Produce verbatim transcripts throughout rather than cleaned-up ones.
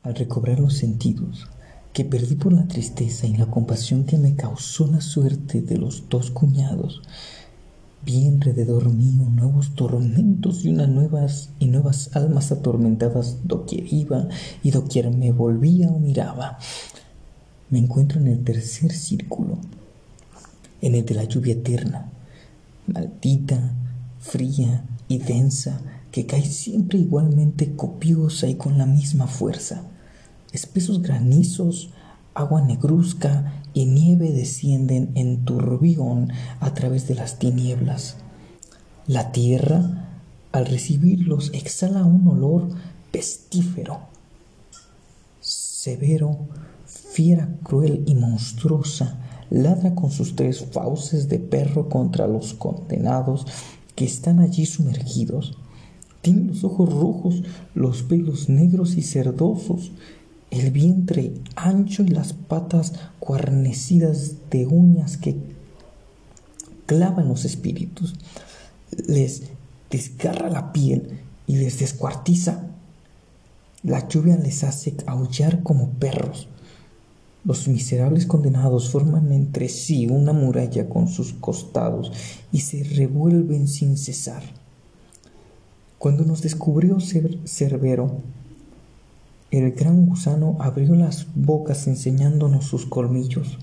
Al recobrar los sentidos que perdí por la tristeza y la compasión que me causó la suerte de los dos cuñados, vi alrededor mío nuevos tormentos y unas nuevas y nuevas almas atormentadas doquier iba y doquier me volvía o miraba. Me encuentro en el tercer círculo, en el de la lluvia eterna, maldita, fría y densa, que cae siempre igualmente copiosa y con la misma fuerza. Espesos granizos, agua negruzca y nieve descienden en turbión a través de las tinieblas. La tierra, al recibirlos, exhala un olor pestífero, severo, fiera, cruel y monstruosa. Ladra con sus tres fauces de perro contra los condenados que están allí sumergidos. Tiene los ojos rojos, los pelos negros y cerdosos, el vientre ancho y las patas guarnecidas de uñas que clavan los espíritus. Les desgarra la piel y les descuartiza. La lluvia les hace aullar como perros. Los miserables condenados forman entre sí una muralla con sus costados y se revuelven sin cesar. Cuando nos descubrió Cerbero, el gran gusano abrió las bocas enseñándonos sus colmillos.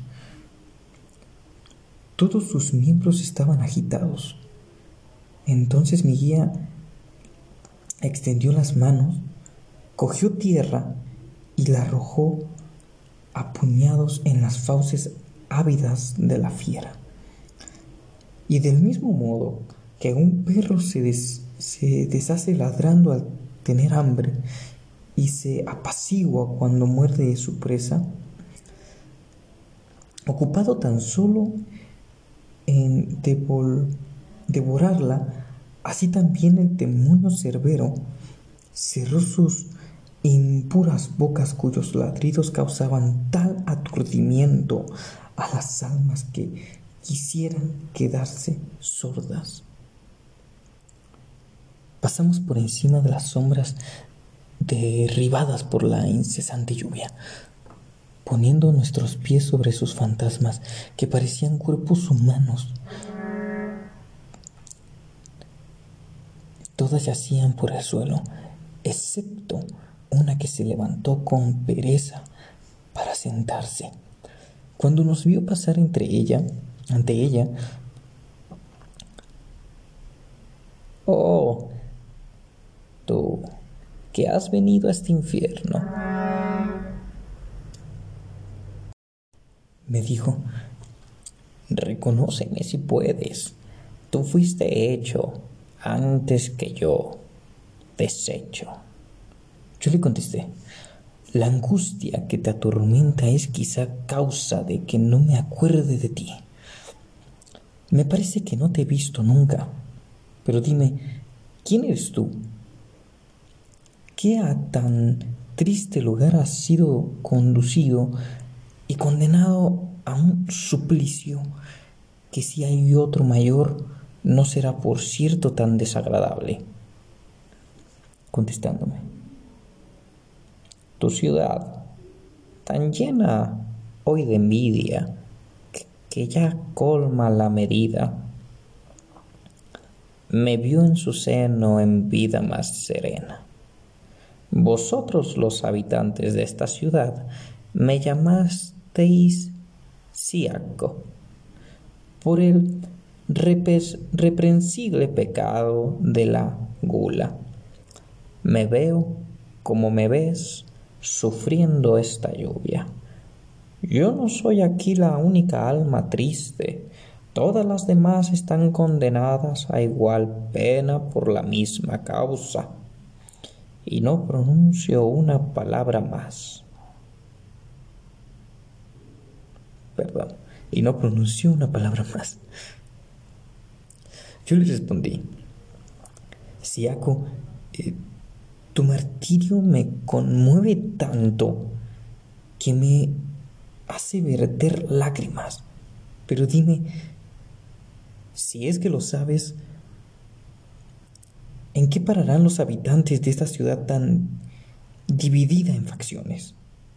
Todos sus miembros estaban agitados. Entonces mi guía extendió las manos, cogió tierra y la arrojó a puñados en las fauces ávidas de la fiera. Y del mismo modo que un perro se, des, se deshace ladrando al tener hambre y se apacigua cuando muerde su presa, ocupado tan solo en devol, devorarla, así también el demonio Cerbero cerró sus impuras bocas, cuyos ladridos causaban tal aturdimiento a las almas que quisieran quedarse sordas. Pasamos por encima de las sombras derribadas por la incesante lluvia, poniendo nuestros pies sobre sus fantasmas que parecían cuerpos humanos. Todas yacían por el suelo, excepto una que se levantó con pereza para sentarse. Cuando nos vio pasar entre ella, ante ella, «Oh, tú que has venido a este infierno», me dijo, «reconóceme si puedes. Tú fuiste hecho antes que yo deshecho». Yo le contesté, «La angustia que te atormenta es quizá causa de que no me acuerde de ti. Me parece que no te he visto nunca, pero dime, ¿quién eres tú? ¿Qué a tan triste lugar has sido conducido y condenado a un suplicio que si hay otro mayor no será por cierto tan desagradable?» Contestándome, «Tu ciudad, tan llena hoy de envidia, que, que ya colma la medida, me vio en su seno en vida más serena. Vosotros, los habitantes de esta ciudad, me llamasteis Ciaco, por el repes, reprensible pecado de la gula. Me veo, como me ves, sufriendo esta lluvia. Yo no soy aquí la única alma triste. Todas las demás están condenadas a igual pena por la misma causa. Y no pronuncio una palabra más. Perdón. Y no pronunció una palabra más. Yo le respondí, «Ciaco, eh, tu martirio me conmueve tanto que me hace verter lágrimas. Pero dime, si es que lo sabes, ¿en qué pararán los habitantes de esta ciudad tan dividida en facciones.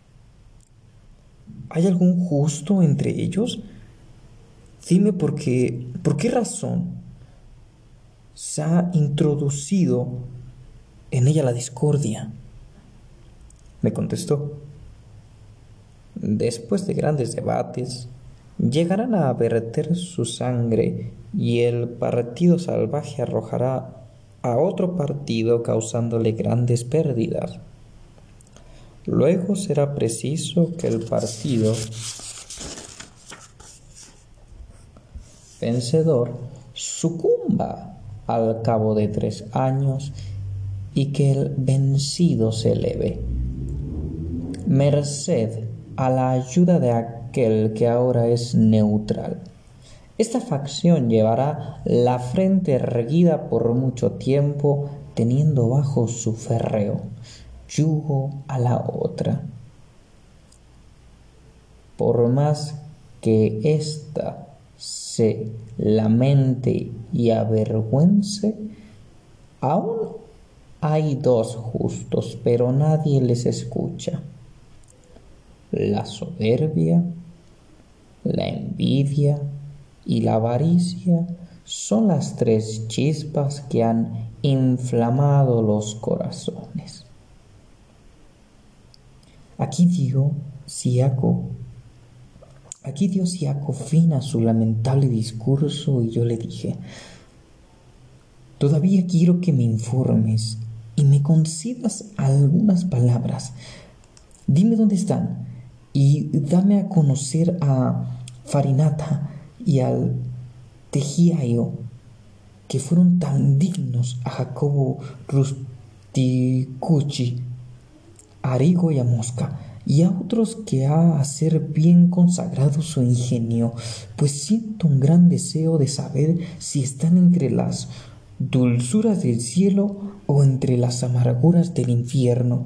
¿Hay algún justo entre ellos? Dime por qué, por qué razón se ha introducido en ella la discordia. Me contestó: después de grandes debates, llegarán a verter su sangre y el partido salvaje arrojará a otro partido causándole grandes pérdidas. Luego será preciso que el partido vencedor sucumba al cabo de tres años y que el vencido se eleve, merced a la ayuda de aquel que ahora es neutral. Esta facción llevará la frente erguida por mucho tiempo, teniendo bajo su ferreo yugo a la otra. Por más que ésta se lamente y avergüence, aún hay dos justos, pero nadie les escucha. La soberbia, la envidia y la avaricia son las tres chispas que han inflamado los corazones. Aquí dio Siaco, aquí dio Siaco fin a su lamentable discurso y yo le dije: todavía quiero que me informes y me concedas algunas palabras. Dime dónde están y dame a conocer a Farinata y al Tejiaio, que fueron tan dignos a Jacobo Rusticucci, a Arrigo y a Mosca, y a otros que ha a ser bien consagrado su ingenio, pues siento un gran deseo de saber si están entre las dulzuras del cielo o entre las amarguras del infierno.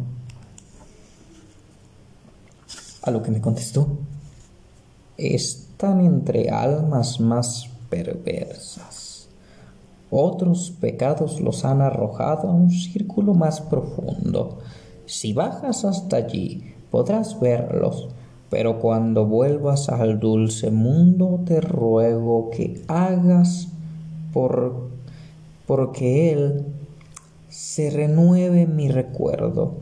A lo que me contestó: están entre almas más perversas. Otros pecados los han arrojado a un círculo más profundo. Si bajas hasta allí, podrás verlos, pero cuando vuelvas al dulce mundo, te ruego que hagas por, porque él se renueve mi recuerdo.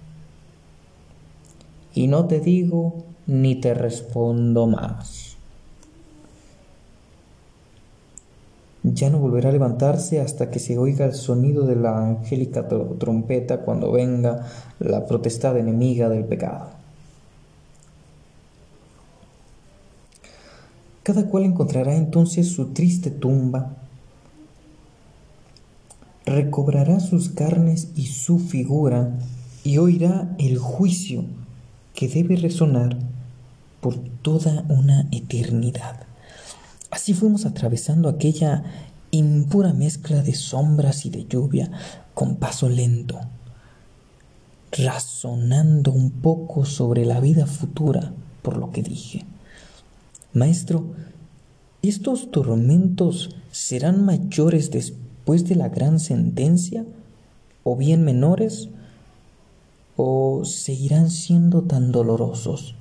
Y no te digo ni te respondo más. Ya no volverá a levantarse hasta que se oiga el sonido de la angélica trompeta cuando venga la potestad enemiga del pecado. Cada cual encontrará entonces su triste tumba, recobrará sus carnes y su figura y oirá el juicio que debe resonar por toda una eternidad. Así fuimos atravesando aquella impura mezcla de sombras y de lluvia con paso lento, razonando un poco sobre la vida futura, por lo que dije: maestro, ¿estos tormentos serán mayores después de la gran sentencia, o bien menores, o seguirán siendo tan dolorosos?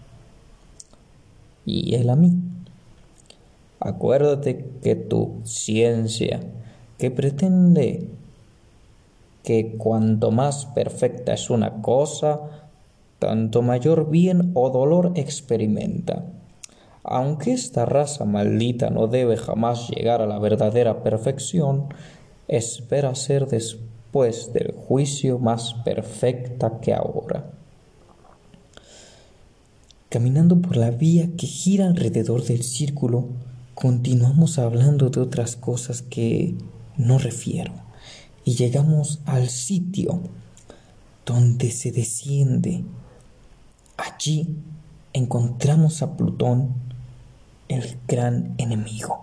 Y él a mí: acuérdate que tu ciencia, que pretende que cuanto más perfecta es una cosa, tanto mayor bien o dolor experimenta. Aunque esta raza maldita no debe jamás llegar a la verdadera perfección, espera ser después del juicio más perfecta que ahora. Caminando por la vía que gira alrededor del círculo, continuamos hablando de otras cosas que no refiero, y llegamos al sitio donde se desciende. Allí encontramos a Plutón, el gran enemigo.